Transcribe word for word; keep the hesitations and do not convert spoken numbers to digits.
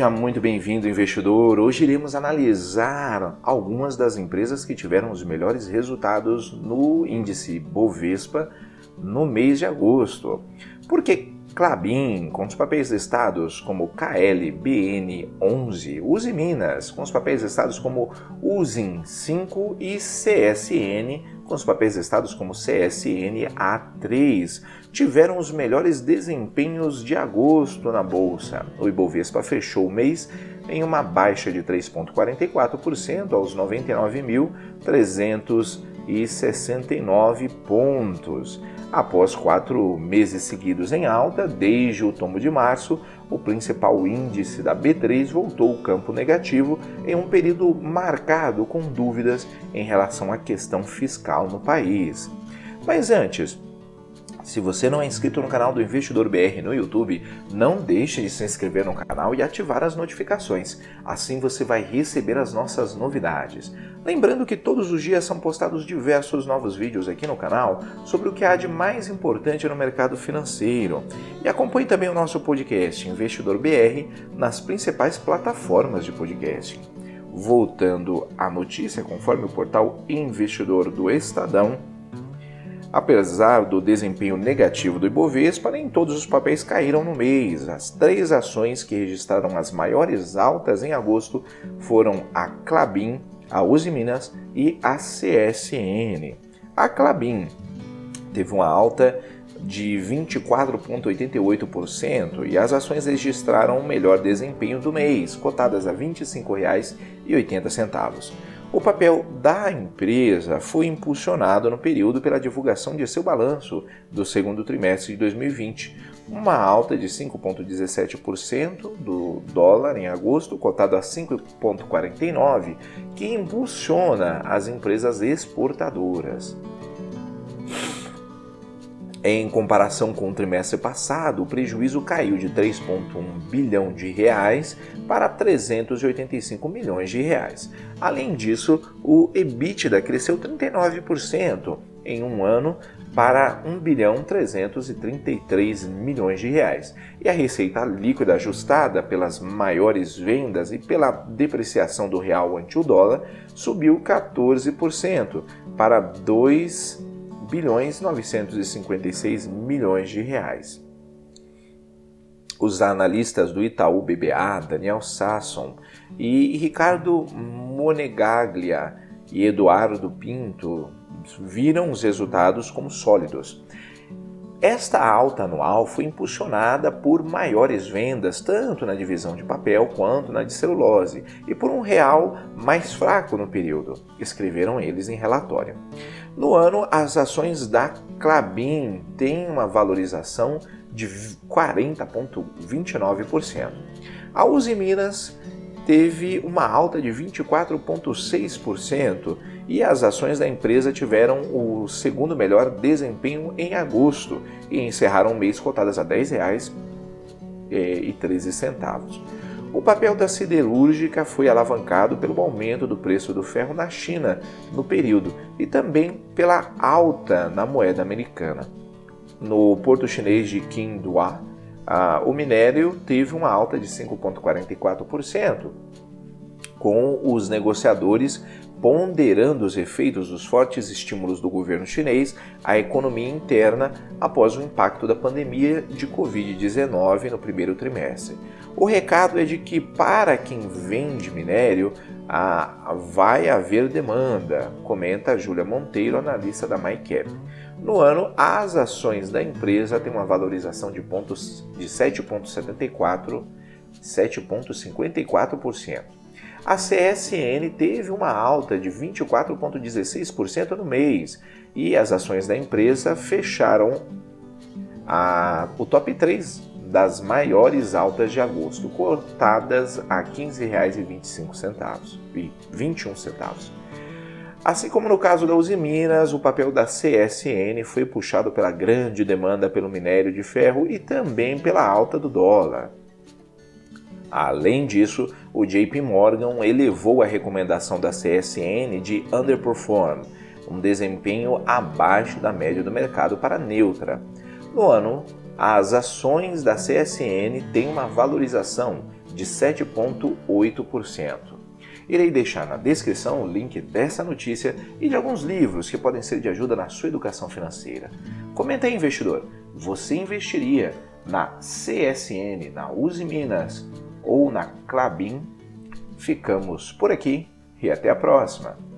Seja muito bem-vindo, investidor. Hoje iremos analisar algumas das empresas que tiveram os melhores resultados no índice Bovespa no mês de agosto. Porque Klabin, com os papéis listados como K L B N onze, Usiminas, com os papéis listados como Usim cinco e C S N, com os papéis listados como C S N A três, tiveram os melhores desempenhos de agosto na bolsa. O Ibovespa fechou o mês em uma baixa de três vírgula quarenta e quatro por cento aos noventa e nove mil trezentos e sessenta e nove pontos. Após quatro meses seguidos em alta, desde o tombo de março, o principal índice da B três voltou ao campo negativo em um período marcado com dúvidas em relação à questão fiscal no país. Mas antes, se você não é inscrito no canal do Investidor B R no YouTube, não deixe de se inscrever no canal e ativar as notificações. Assim você vai receber as nossas novidades. Lembrando que todos os dias são postados diversos novos vídeos aqui no canal sobre o que há de mais importante no mercado financeiro. E acompanhe também o nosso podcast Investidor B R nas principais plataformas de podcast. Voltando à notícia, conforme o portal Investidor do Estadão, apesar do desempenho negativo do Ibovespa, nem todos os papéis caíram no mês. As três ações que registraram as maiores altas em agosto foram a Klabin, a Usiminas e a C S N. A Klabin teve uma alta de vinte e quatro vírgula oitenta e oito por cento e as ações registraram o melhor desempenho do mês, cotadas a vinte e cinco reais e oitenta centavos. O papel da empresa foi impulsionado no período pela divulgação de seu balanço do segundo trimestre de dois mil e vinte, uma alta de cinco vírgula dezessete por cento do dólar em agosto, cotado a cinco vírgula quarenta e nove, que impulsiona as empresas exportadoras. Em comparação com o trimestre passado, o prejuízo caiu de três vírgula um bilhão de reais para trezentos e oitenta e cinco milhões de reais. Além disso, o EBITDA cresceu trinta e nove por cento em um ano para um bilhão trezentos e trinta e três milhões de reais. E a receita líquida ajustada pelas maiores vendas e pela depreciação do real ante o dólar subiu quatorze por cento para dois bilhões novecentos e cinquenta e seis milhões de reais. Os analistas do Itaú B B A, Daniel Sasson e Ricardo Monegaglia e Eduardo Pinto viram os resultados como sólidos. Esta alta anual foi impulsionada por maiores vendas, tanto na divisão de papel quanto na de celulose, e por um real mais fraco no período, escreveram eles em relatório. No ano, as ações da Klabin têm uma valorização de quarenta vírgula vinte e nove por cento. A Usiminas teve uma alta de vinte e quatro vírgula seis por cento e as ações da empresa tiveram o segundo melhor desempenho em agosto e encerraram o mês cotadas a dez reais e treze centavos. O papel da siderúrgica foi alavancado pelo aumento do preço do ferro na China no período e também pela alta na moeda americana. No porto chinês de Qingdao, ah, o minério teve uma alta de cinco vírgula quarenta e quatro por cento, com os negociadores ponderando os efeitos dos fortes estímulos do governo chinês à economia interna após o impacto da pandemia de covid dezenove no primeiro trimestre. O recado é de que, para quem vende minério, ah, vai haver demanda, comenta a Júlia Monteiro, analista da MyCap. No ano, as ações da empresa têm uma valorização de, pontos, de sete vírgula setenta e quatro, sete vírgula cinquenta e quatro por cento. A C S N teve uma alta de vinte e quatro vírgula dezesseis por cento no mês e as ações da empresa fecharam a, o top três das maiores altas de agosto, cotadas a quinze reais e vinte e cinco centavos e vinte e um centavos. Assim como no caso da Usiminas, o papel da C S N foi puxado pela grande demanda pelo minério de ferro e também pela alta do dólar. Além disso, o J P Morgan elevou a recomendação da C S N de underperform, um desempenho abaixo da média do mercado, para neutra. No ano, as ações da C S N têm uma valorização de sete vírgula oito por cento. Irei deixar na descrição o link dessa notícia e de alguns livros que podem ser de ajuda na sua educação financeira. Comenta aí, investidor, você investiria na C S N, na Uzi Minas ou na Klabin? Ficamos por aqui e até a próxima!